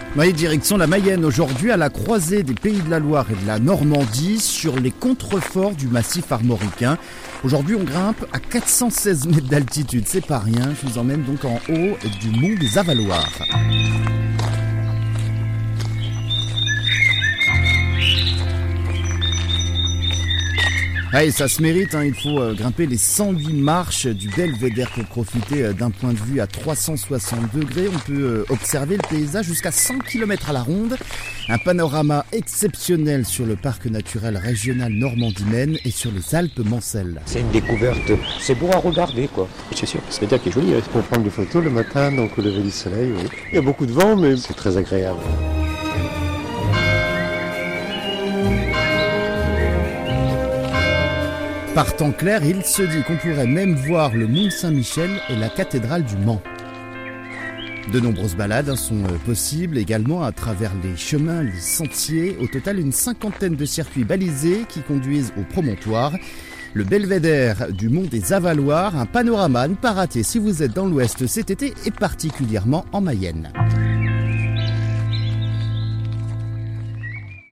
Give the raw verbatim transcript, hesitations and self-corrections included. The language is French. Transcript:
Oui, direction la Mayenne aujourd'hui à la croisée des Pays de la Loire et de la Normandie sur les contreforts du massif armoricain. Aujourd'hui on grimpe à quatre cent seize mètres d'altitude, c'est pas rien, je vous emmène donc en haut du mont des Avaloirs. Ah, et ça se mérite, hein, il faut euh, grimper les cent huit marches du Belvédère pour profiter euh, d'un point de vue à trois cent soixante degrés. On peut euh, observer le paysage jusqu'à cent kilomètres à la ronde. Un panorama exceptionnel sur le parc naturel régional Normandie-Maine et sur les Alpes-Mancelles. C'est une découverte, c'est beau à regarder quoi. C'est sûr, c'est un qui est joli. Pour prendre des photos le matin, donc au lever du soleil. Oui. Il y a beaucoup de vent, mais c'est très agréable. Par temps clair, il se dit qu'on pourrait même voir le Mont Saint-Michel et la cathédrale du Mans. De nombreuses balades sont possibles également à travers les chemins, les sentiers. Au total, une cinquantaine de circuits balisés qui conduisent au promontoire. Le Belvédère du Mont des Avaloirs, un panorama à ne pas rater si vous êtes dans l'Ouest cet été et particulièrement en Mayenne.